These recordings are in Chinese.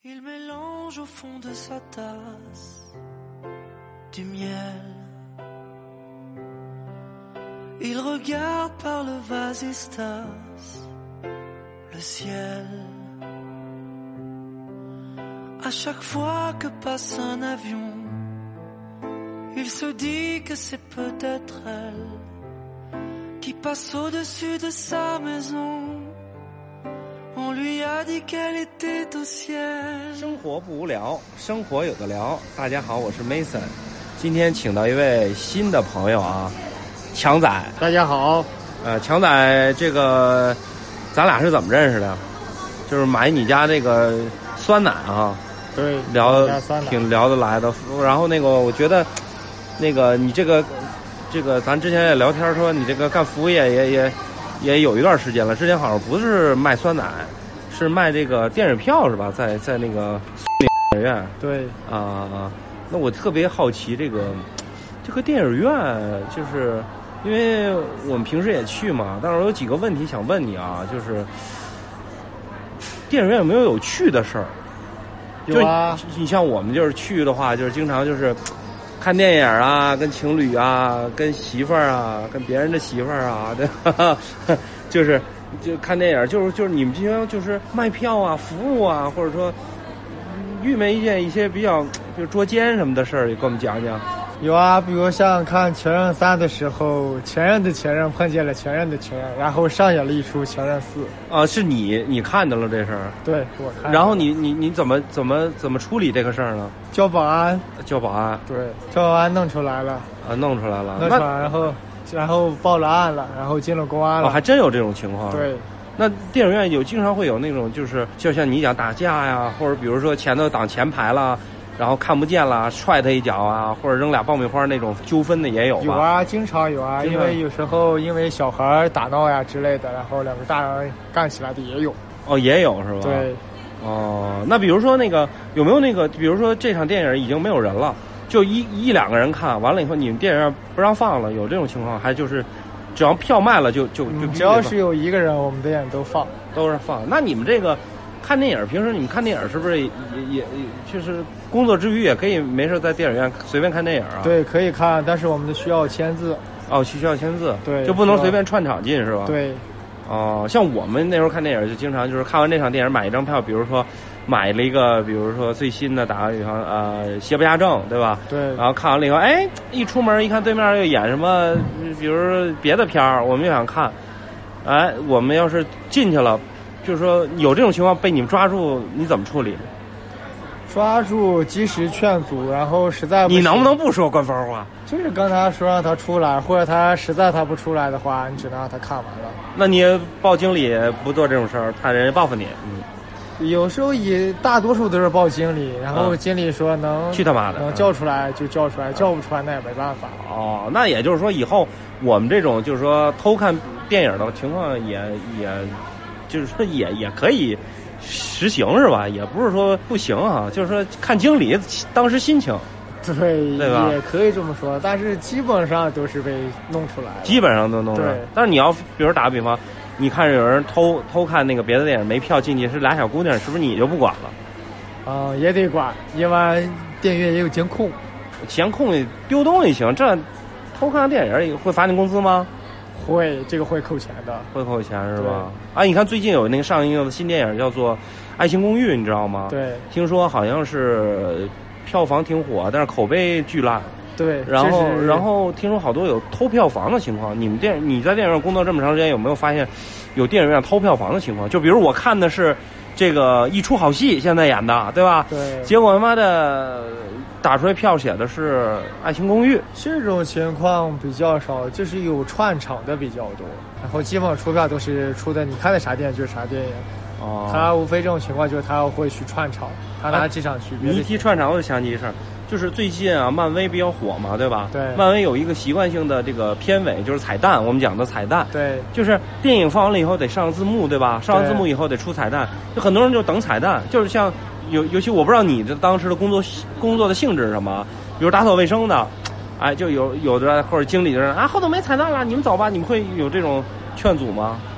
Il mélange au fond de sa tasse du miel. Il regarde par le vasistas le ciel. À chaque fois que passe un avion, il se dit que c'est peut-être elle qui passe au-dessus de sa maison.On lui a dit qu'elle était au ciel。 生活不无聊，生活有的聊。大家好，我是 Mason， 今天请到一位新的朋友啊，强仔。 大家好。 强仔，这个咱俩是怎么认识的？就是买你家这个酸奶啊， 对， 挺聊得来的。然后那个，我觉得，那个你这个，咱之前也聊天说你这个干服务业也有一段时间了，之前好像不是卖酸奶，是卖这个电影票是吧？在那个电影院。 对啊，那我特别好奇这个电影院，就是因为我们平时也去嘛，但是我有几个问题想问你啊，就是电影院有没有趣的事儿？ 有啊， 你像我们就是去的话，就是经常就是看电影啊，跟情侣啊，跟媳妇儿啊，跟别人的媳妇儿啊，对吧？就看电影，就是你们经常就是卖票啊、服务啊，或者说遇没遇见一些比较，比如捉奸什么的事儿，也跟我们讲讲。 有啊，比如像看《前任3》的时候，前任的前任碰见了前任的前任，然后上演了一出《前任4》。 啊，是你看到了这事儿？ 对，我看。 然后你怎么处理这个事儿呢？ 叫保安。 叫保安。 对，叫保安弄出来了。 啊，弄出来了。 弄出来，然后报了案了，然后进了公安了。 哦，还真有这种情况。 对。 那电影院经常会有那种，就是就像你讲打架呀，或者比如说前头挡前排了，然后看不见了，踹他一脚啊，或者扔俩爆米花那种纠纷的也有吧？ 有啊，经常有啊，因为有时候因为小孩打闹呀之类的，然后两个大人干起来的也有。 哦，也有是吧？ 对。 哦，那比如说那个有没有那个，比如说这场电影已经没有人了，就一两个人看完了以后，你们电影院不让放了，有这种情况？还就是只要票卖了就只要是有一个人，我们电影都是放。那你们这个看电影，平时你们看电影是不是也就是工作之余也可以没事在电影院随便看电影啊？ 对，可以看，但是我们需要签字。 哦，需要签字。 对， 就不能随便串场进是吧？ 对。 哦，像我们那时候看电影就经常就是看完这场电影买一张票，比如说买了一个，比如说最新的打个比方邪不压正，对吧？ 对。 然后看完了以后，哎，一出门一看对面又演什么，比如别的片儿，我们就想看。哎，我们要是进去了，就是说有这种情况被你们抓住，你怎么处理？ 抓住及时劝阻，然后实在不行， 你能不能不说官方话？ 就是跟他说让他出来，或者他实在他不出来的话，你只能让他看完了。 那你报经理不做这种事儿，他人家报复你。 有时候大多数都是报经理，然后经理说能去他妈的， 能叫出来就叫出来，叫不出来那也没办法。 哦，那也就是说以后我们这种就是说偷看电影的情况也就是说也可以实行是吧？也不是说不行啊，就是说看经理当时心情。 对吧？也可以这么说，但是基本上都是被弄出来了。 基本上都弄出来。但是你要比如打个比方，你看有人偷看那个别的电影没票进去，是俩小姑娘，是不是你就不管了？ 也得管，因为电影院也有监控。 监控丢东西行，这偷看电影会罚你工资吗？ 会，这个会扣钱的。 会扣钱是吧？啊，你看最近有那个上映的新电影叫做《爱情公寓》，你知道吗？ 对。 听说好像是票房挺火，但是口碑巨烂。 对。 然后听说好多有偷票房的情况。你在电影院工作这么长时间，有没有发现有电影院偷票房的情况？就比如我看的是这个一出好戏，现在演的，对吧？ 对。 结果他妈的打出来票写的是《爱情公寓》， 这种情况比较少，就是有串场的比较多。然后基本出票都是出的，你看的啥电影就是啥电影。 哦。 他无非这种情况就是他会去串场，他拿这场区别。 你一提串场，我就想起一事儿。就是最近啊，漫威比较火嘛，对吧？ 对。 漫威有一个习惯性的这个片尾，就是彩蛋，我们讲的彩蛋。 对。 就是电影放完了以后得上字幕，对吧？上完字幕以后得出彩蛋，就很多人就等彩蛋，就是像尤其我不知道你的当时的工作的性质是什么，比如打扫卫生的，哎，就有的或者经理的人啊，后头没彩蛋了，你们走吧，你们会有这种劝阻吗？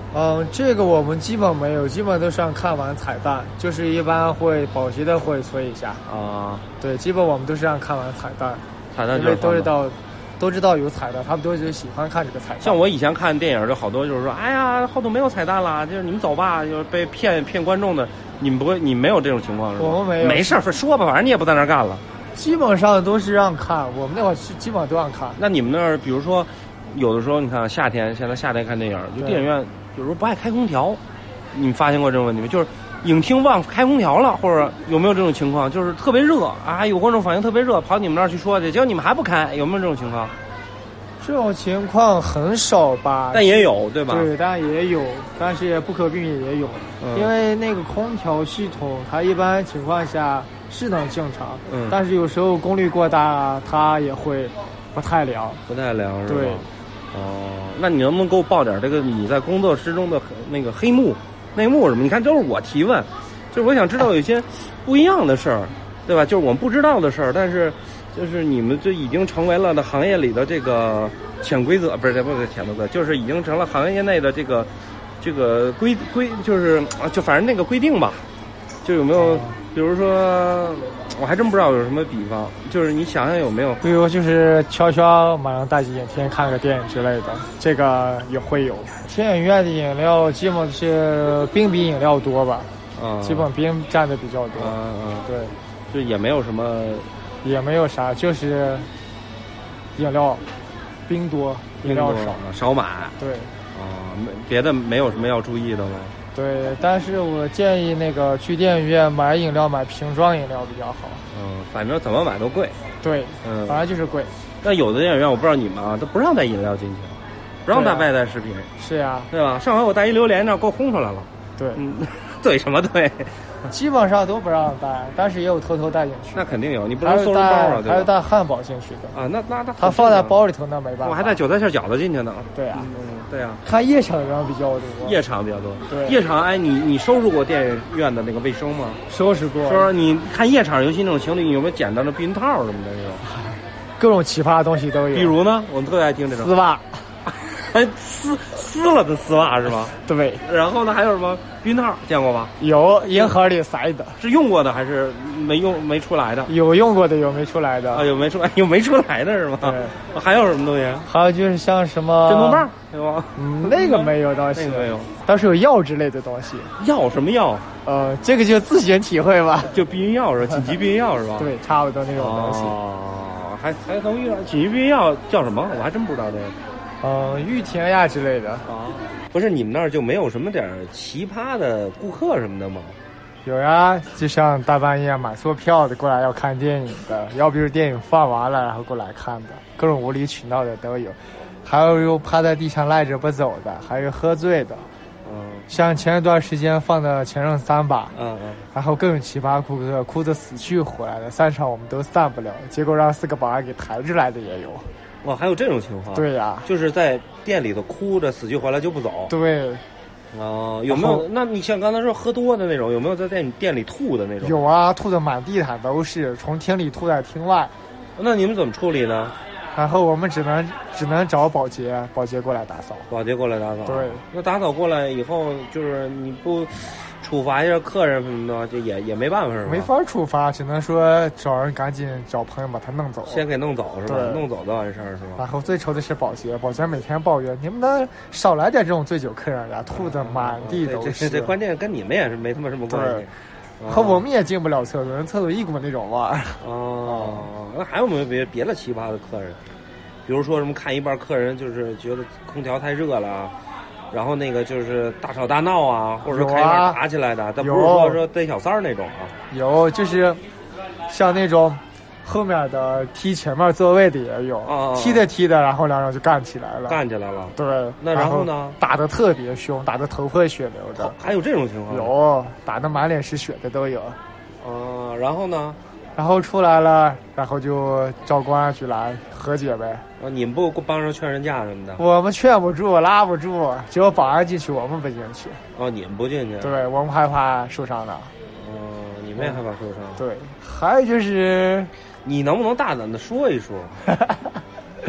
这个我们基本没有，基本都是看完彩蛋，就是一般会保洁的会催一下啊。 对，基本我们都是看完彩蛋，因为彩蛋就是都知道有彩蛋，他们都是喜欢看这个彩蛋。 像我以前看电影，就好多就是说，哎呀，后头没有彩蛋了，就是你们走吧，就是被骗观众的。你们不会，你没有这种情况是吧？ 我们没有。 没事儿，说吧，反正你也不在那儿干了。 基本上都是让看，我们那会儿基本上都让看。 那你们那儿，比如说，有的时候你看夏天，现在夏天看电影，就电影院有时候不爱开空调，你们发现过这种问题吗？就是影厅忘开空调了，或者有没有这种情况？就是特别热啊，有观众反应特别热，跑你们那儿去说去，结果你们还不开，有没有这种情况？ 这种情况很少吧， 但也有，对吧？ 对，但也有，但是不可避免也有，因为那个空调系统它一般情况下是能正常，但是有时候功率过大，它也会不太凉， 是吧？ 对。 那你能不能给我报点这个你在工作室中的那个黑幕、内幕什么？你看，都是我提问，就是我想知道有一些不一样的事儿，对吧？就是我们不知道的事儿，但是就是你们就已经成为了行业里的这个潜规则，不是潜规则，就是已经成了行业内的这个规，就是就反正那个规定吧。就有没有，比如说，我还真不知道有什么比方，就是你想想有没有？ 比如就是悄悄马上带进影厅看个电影之类的，这个也会有。电影院的饮料基本是冰比饮料多吧？基本冰占的比较多。对， 就也没有什么， 也没有啥，就是饮料冰多，饮料少买。 对。 别的没有什么要注意的吗？ 对，但是我建议那个去电影院买饮料买瓶装饮料比较好。 反正怎么买都贵。 对，反正就是贵。 那有的电影院我不知道你们都不让带饮料进去，不让带外带食品。 是呀， 对吧？上回我带一榴莲那给我轰出来了。 对， 对什么对？ 基本上都不让带，但是也有偷偷带进去。 那肯定有，你不能收人包啊， 还有带汉堡进去的啊。那他放在包里头，那没办法。 我还带韭菜馅饺子进去呢。 对啊， 对啊。 看夜场人比较多。 夜场比较多。 对。 夜场，哎，你收拾过电影院的那个卫生吗？ 收拾过。 说你看夜场，尤其那种情侣，你有没有捡到那避孕套什么的那种？ 各种奇葩的东西都有。 比如呢，我们特别爱听这种丝袜。 撕了的丝袜是吧？ 对。 然后呢，还有什么避孕套见过吧？ 有，银盒里塞的。 是用过的还是没出来的？ 有用过的，有没出来的。 有没出来的是吗？ 对。 还有什么东西？ 还有就是像什么震动棒，对吧？ 那个没有，倒是那个没有， 倒是有药之类的东西。 药什么药？ 这个就自行体会吧。 就避孕药是吧？紧急避孕药是吧？ 对，差不多那种东西。 还能遇到紧急避孕药叫什么？我还真不知道这个。 玉田呀之类的不是你们那儿就没有什么点奇葩的顾客什么的吗？ 有呀，就像大半夜买错票的过来要看电影的，要不就是电影放完了然后过来看的，各种无理取闹的都有，还有趴在地上赖着不走的，还有喝醉的。像前一段时间放的《前任3》吧，然后各种奇葩顾客哭得死去活来的，散场我们都散不了，结果让4个保安给抬出来的也有。 哇，还有这种情况？ 对呀， 就是在店里头哭着死去活来就不走。 对。 有没有？那你像刚才说喝多的那种，有没有在店里吐的那种？ 有啊，吐的满地毯都是，从厅里吐在厅外。 那你们怎么处理呢？ 然后我们只能找保洁过来打扫。 保洁过来打扫。 对。 那打扫过来以后，就是你不处罚一下客人什么的，就也没办法是吧？ 没法处罚，只能说找人赶紧找朋友把他弄走。 先给弄走是吧？弄走就完事儿是吧？ 然后最愁的是保洁每天抱怨，你们能少来点这种醉酒客人呀，吐的满地都是。 这关键跟你们也是没他妈什么关系。 和我们也进不了厕所，人厕所一股那种味儿。 那还有没有别的奇葩的客人？比如说什么看一半客人就是觉得空调太热了，然后那个就是大吵大闹啊，或者说看一半打起来的，但不是说逮小三儿那种啊。 有，就是像那种后面的踢前面座位的也有，踢的，然后两人就干起来了。对。 那然后呢？ 打得特别凶，打得头破血流的。 还有这种情况？ 有，打得满脸是血的都有。 然后呢？ 然后出来了，然后就找公安局来和解呗。 你们不帮着劝人家什么的？ 我们劝不住，拉不住，只有保安进去，我们不进去。 你们不进去？ 对，我们害怕受伤的。 你们也害怕受伤？ 对。还有就是， 你能不能大胆的说一说？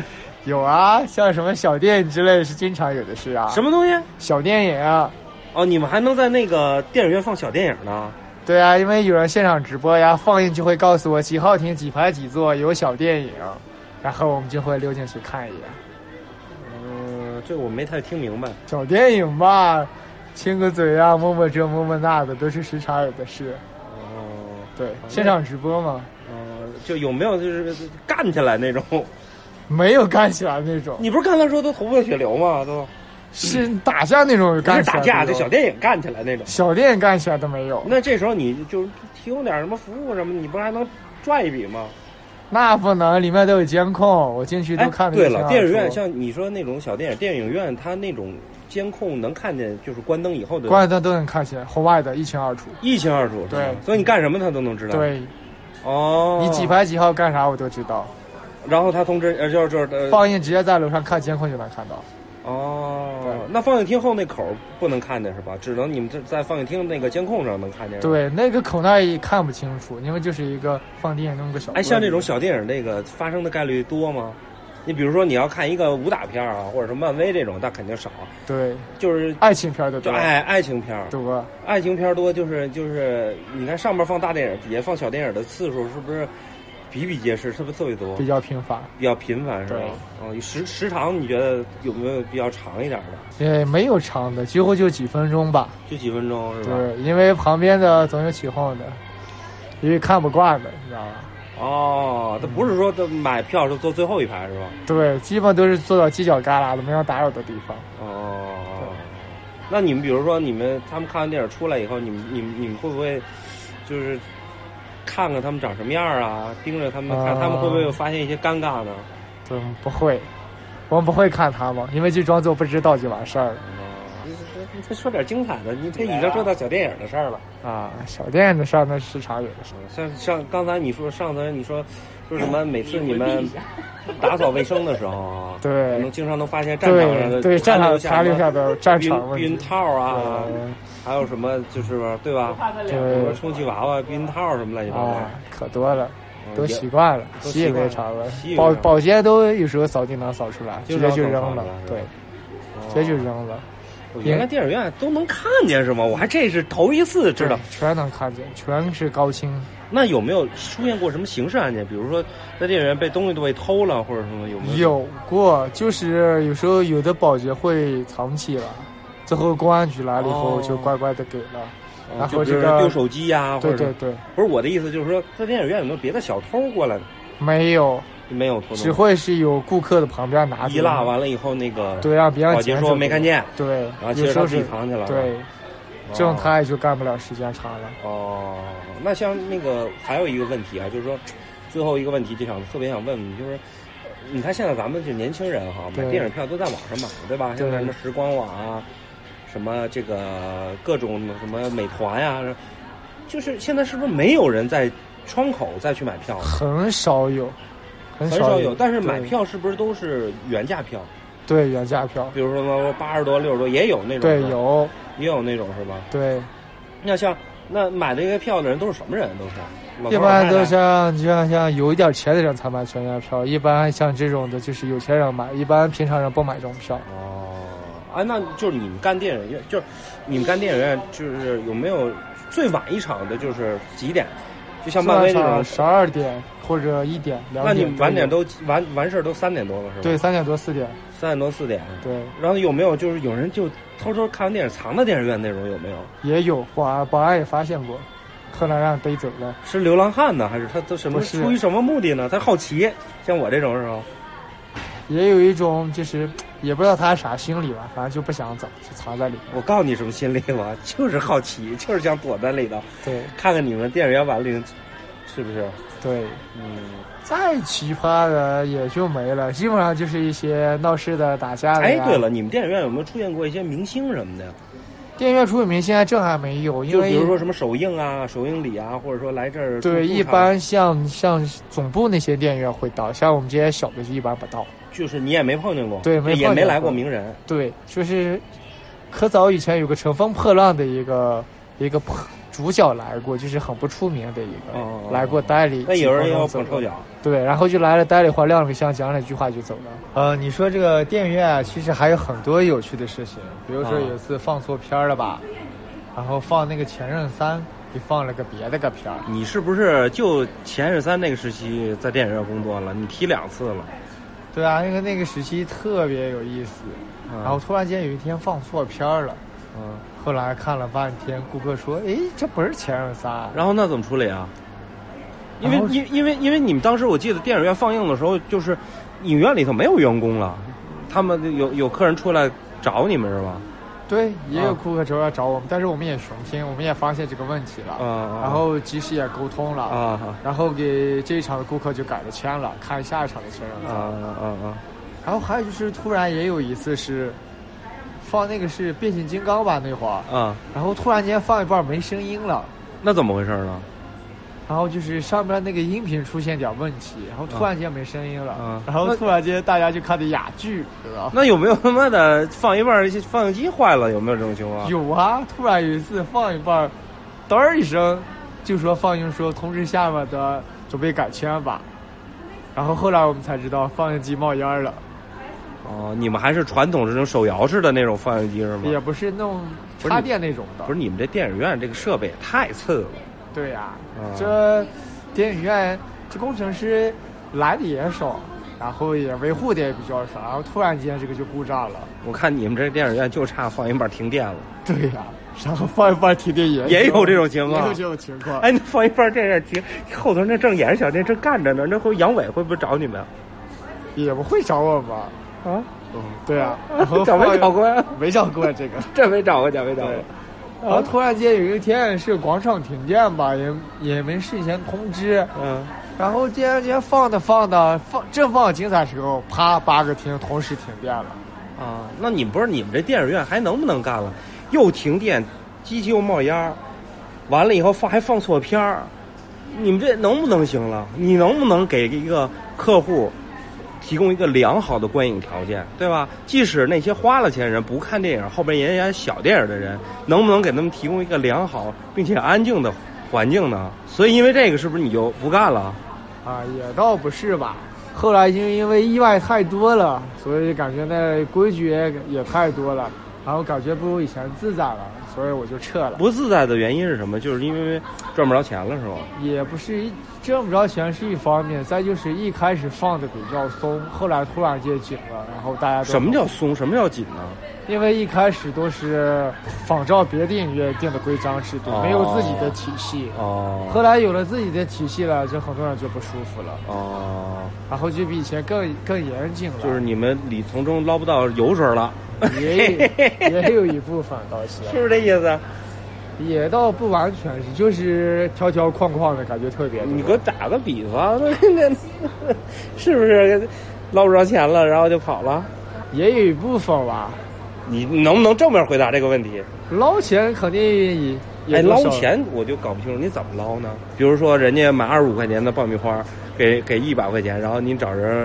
有啊，像什么小电影之类的是经常有的事啊。 什么东西？ 小电影啊。 哦，你们还能在那个电影院放小电影呢？ 对啊，因为有人现场直播呀，放映就会告诉我几号厅几排几座有小电影，然后我们就会溜进去看一眼。 这我没太听明白。 小电影嘛，亲个嘴啊，摸摸这摸摸那的，都是时常有的事。对，现场直播嘛。 就有没有就是干起来那种？ 没有干起来那种。 你不是刚才说都头破血流吗？都是打架那种干起来， 不是打架，就小电影干起来那种。 小电影干起来都没有。 那这时候你就提供点什么服务什么，你不还能赚一笔吗？ 那不能，里面都有监控，我进去都看得清。 对了，电影院像你说那种小电影，电影院它那种监控能看见，就是关灯以后的。 关灯都能看见，红外的一清二楚。 一清二楚。 对， 所以你干什么他都能知道。 对。 哦。你几排几号干啥我都知道。 然后他通知就是放映直接在楼上看监控就能看到。 哦，那放映厅后那口不能看见是吧？只能你们在放映厅那个监控上能看见。 对，那个口那也看不清楚，因为就是一个放电影那么个小。 像这种小电影那个发生的概率多吗？你比如说你要看一个武打片啊，或者是漫威这种，那肯定少。 对， 就是爱情片的多。 爱情片多， 爱情片多，就是你看上面放大电影，底下放小电影的次数是不是？比比皆是，是不是特别多？ 比较频繁是吧？时长你觉得有没有比较长一点的？ 没有长的，几乎就几分钟吧。 就几分钟是吧？ 对，因为旁边的总有起哄的，因为看不惯的，你知道吧？ 他不是说买票是坐最后一排是吧？ 对，基本都是坐到犄角旮旯的没有打扰的地方。 那你们比如说他们看完电影出来以后，你们会不会就是？看看他们长什么样啊，盯着他们看，他们会不会有发现一些尴尬呢？ 不会，我们不会看他们，因为就装作不知道就完事儿了。 你再说点精彩的，你这已经说到小电影的事儿了啊！小电影的事儿那时常有的事。 像刚才你说上次你说什么？每次你们打扫卫生的时候， 对， 经常能发现战场上的对战场残留下的战场避孕套啊。还有什么就是对吧？ 对， 充气娃娃、避孕套什么乱七八糟， 可多了，都习惯了，习以为常了。保洁都有时候扫地能扫出来，直接就扔了，对，直接就扔了。 原来电影院都能看见是吗？我还这是头一次知道， 全能看见，全是高清。 那有没有出现过什么刑事案件？比如说在电影院东西都被偷了，或者什么有没有？ 有过，就是有时候有的保洁会藏起了。最后公安局来了以后就乖乖的给了，然后这个丢手机呀， 对， 不是我的意思，就是说在电影院有没有别的小偷过来的？ 没有偷， 只会是有顾客的旁边拿着一拉完了以后那个对让别人保洁说没看见， 对， 然后接着自己藏去了， 对，这种他也就干不了时间长了。 那像那个还有一个问题啊，就是说最后一个问题特别想问你，就是你看现在咱们就年轻人哈，买电影票都在网上买，对吧？像什么时光网啊。什么这个各种什么美团呀，就是现在是不是没有人在窗口再去买票？ 很少有。 但是买票是不是都是原价票？ 对，原价票。 比如说80多、60多也有那种。 对， 也有那种是吧？ 对。 那买这些票的人都是什么人？都是？ 一般都像有一点钱的人才买全价票，一般像这种的就是有钱人买，一般平常人不买这种票。 那就是你们干电影院，就是有没有最晚一场的，就是几点？就像漫威这种 12点或者1点、2点。 那你们晚点都完事儿都3点多了是吧？ 对，3点多4点。 3点多4点。 对。 然后有没有就是有人就偷偷看完电影藏在电影院那种有没有？ 也有，保安也发现过，后来让逮走了。 是流浪汉呢，还是他都什么出于什么目的呢？他好奇，像我这种是吧？ 也有一种就是也不知道他啥心理吧，反正就不想走，就藏在里面。 我告诉你什么心理吧，就是好奇，就是想躲在里头， 对， 看看你们电影院晚里是不是？ 对，再奇葩的也就没了，基本上就是一些闹事的、打架的。 对了，你们电影院有没有出现过一些明星什么的呀？ 电影院出现明星还真还没有，因为就比如说什么首映啊、首映礼啊，或者说来这儿。 对，一般像总部那些电影院会到，像我们这些小的就一般不到。 就是你也没碰见过， 对， 也没来过名人。 对，就是可早以前有个乘风破浪的一个主角来过，就是很不出名的一个，来过代理。 那有人要捧臭脚。 对，然后就来了代理，亮了个相，讲了句话就走了。你说这个电影院其实还有很多有趣的事情，比如说有一次放错片了吧，然后放那个《前任3》，给放了个别的个片。 你是不是就《前任3》那个时期在电影院工作了？你提2次了。 对啊，那个时期特别有意思。然后突然间有一天放错片了。后来看了半天，顾客说：“哎，这不是《前任3》。” 然后那怎么处理啊？因为你们当时我记得电影院放映的时候，就是影院里头没有员工了，他们有客人出来找你们是吧？ 对，也有顾客出来找我们，但是我们也雄心，我们也发现这个问题了，然后及时也沟通了，然后给这一场的顾客就改了签了，看下一场的《前任3》。然后还有就是突然也有一次是。放那个是变形金刚吧那会儿然后突然间放一半没声音了， 那怎么回事呢？ 然后就是上面那个音频出现点问题，然后突然间没声音了，然后突然间大家就看的哑剧，对吧？ 那有没有他妈的放一半放映机坏了？有没有这种情况？ 有啊，突然有一次放一半，嘚一声，就说放映说通知下面的准备改签吧，然后后来我们才知道放映机冒烟了。 你们还是传统这种手摇式的那种放映机是吗？ 也不是那种插电那种的。 不是你们这电影院这个设备也太次了。 对呀，这电影院这工程师来的也少，然后也维护的也比较少，然后突然间这个就故障了。 我看你们这电影院就差放一半停电了。 对呀，然后放一半停电也有这种情况。 也有这种情况。 哎，那放一半电影停，后头那正演小店正干着呢，那会杨伟会不会找你们？ 也不会找我吧。对啊， 找没找过呀？ 没找过这个， 这没找过，没找过。 然后突然间有一天是广场停电吧，也没事先通知。然后突然间放正放精彩时候，啪8个厅同时停电了。 那你们这电影院还能不能干了？又停电，机器又冒烟，完了以后还放错片儿，你们这能不能行了？你能不能给一个客户？提供一个良好的观影条件，对吧？即使那些花了钱人不看电影，后边也演小电影的人，能不能给他们提供一个良好并且安静的环境呢？所以因为这个，是不是你就不干了？ 也倒不是吧。后来因为意外太多了，所以感觉那规矩也太多了，然后感觉不如以前自在了，所以我就撤了。 不自在的原因是什么？就是因为赚不着钱了，是吧？ 也不是挣不着钱是一方面，再就是一开始放的比较松，后来突然间紧了，然后大家都什么叫松？什么叫紧呢？ 因为一开始都是仿照别的影院定的规章制度，没有自己的体系。后来有了自己的体系了，这很多人就不舒服了。然后就比以前更严谨了。 就是你们里从中捞不到油水了。 也有一部分倒是。 是不是这意思？ 也倒不完全是，就是条条框框的感觉特别多。 你给我打个比方，那是不是捞不着钱了，然后就跑了？ 也有一部分吧。 你能不能正面回答这个问题？ 捞钱肯定也捞钱我就搞不清楚你怎么捞呢？比如说人家买25块钱的爆米花，给100块钱，然后您找人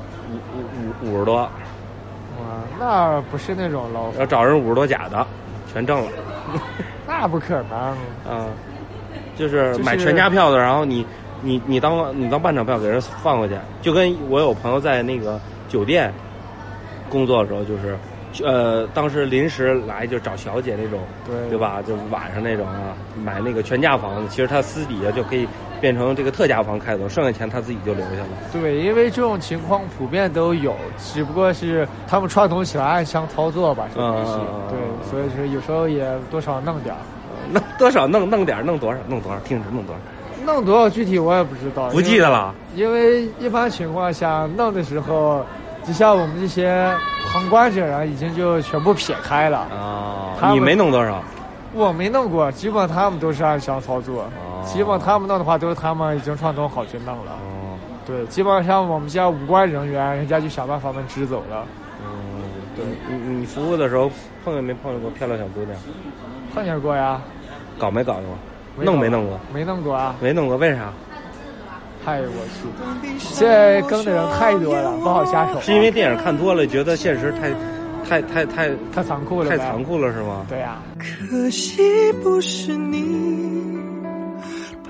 50多。 那不是那种捞法。 要找人50多假的，全挣了。 那不可能就是买全家票的，然后你当半场票给人放过去，就跟我有朋友在那个酒店工作的时候，就是当时临时来就找小姐那种，对吧？就晚上那种买那个全价房，其实他私底下就可以变成这个特价房开走，剩下钱他自己就留下了。 对，因为这种情况普遍都有，只不过是他们传统起来暗箱操作吧，这东西。对，所以是有时候也多少弄点。 弄多少弄点，弄多少，听着弄多少。 弄多少具体我也不知道， 不记得了。 因为一般情况下弄的时候，就像我们这些旁观者啊，已经就全部撇开了。 你没弄多少？ 我没弄过，基本他们都是暗箱操作。基本他们弄的话，都是他们已经串通好去弄了。对，基本上我们家无关人员，人家就想办法把们支走了。 对，你服务的时候碰见过漂亮小姑娘？ 碰见过呀。 搞没搞过？弄没弄过？ 没弄过啊。 没弄过，为啥？ 我去，现在跟的人太多了，不好下手。 是因为电影看多了，觉得现实太残酷了， 太残酷了是吗？ 对呀。 可惜不是你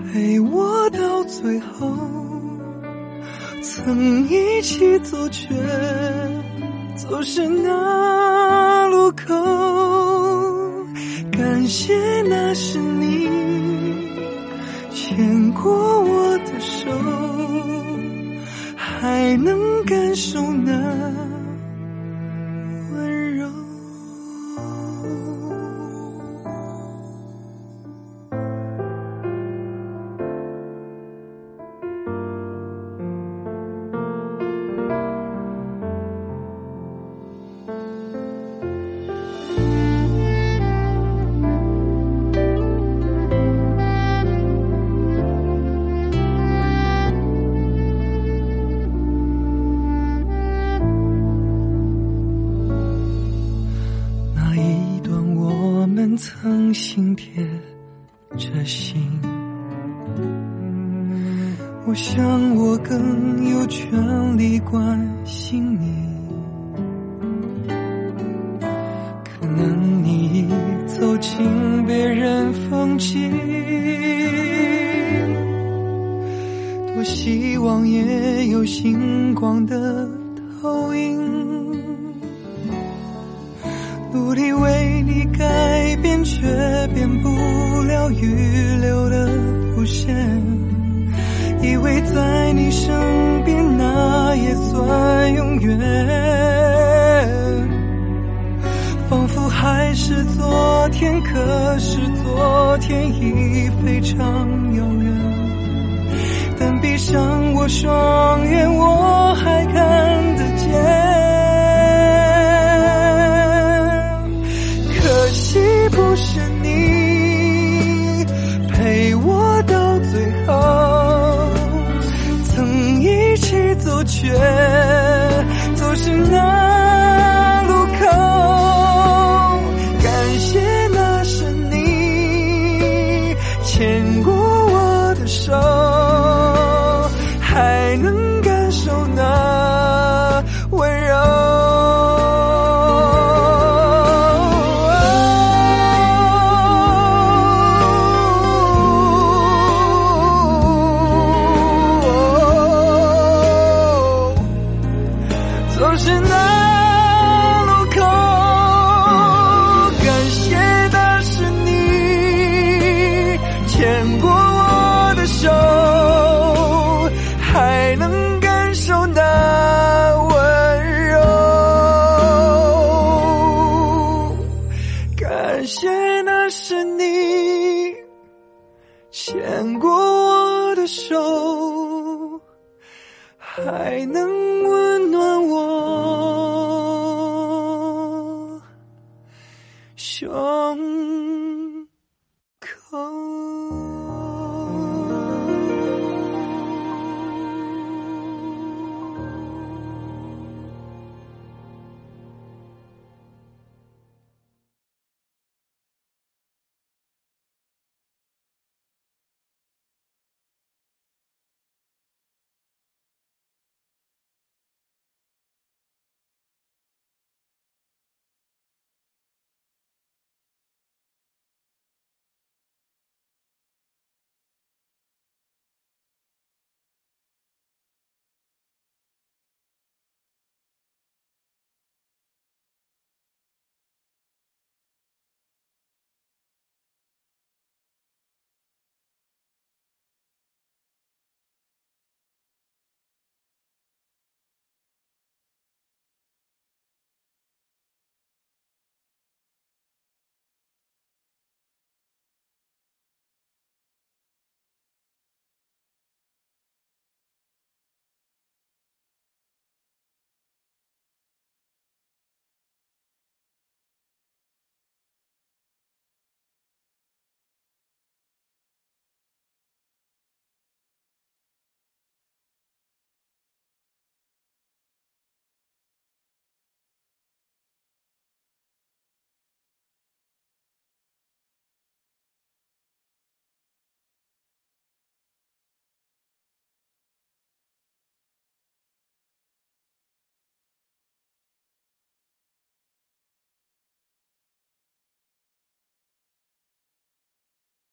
陪我到最后，曾一起走却走失那路口。感谢那是你牵过我的手，还能感受那温柔。曾心贴着心，我想我更有权利关心你，可能你走进别人风景，多希望也有星光的投影，努力为你改变，却变不了预留的伏线，以为在你身边那也算永远，仿佛还是昨天，可是昨天已非常遥远，但闭上我双眼我还看得见。不是你陪我到最后，曾一起走却走失那路口。感谢那是你牵过我的手，还能感受那温柔。牵过我的手，还能温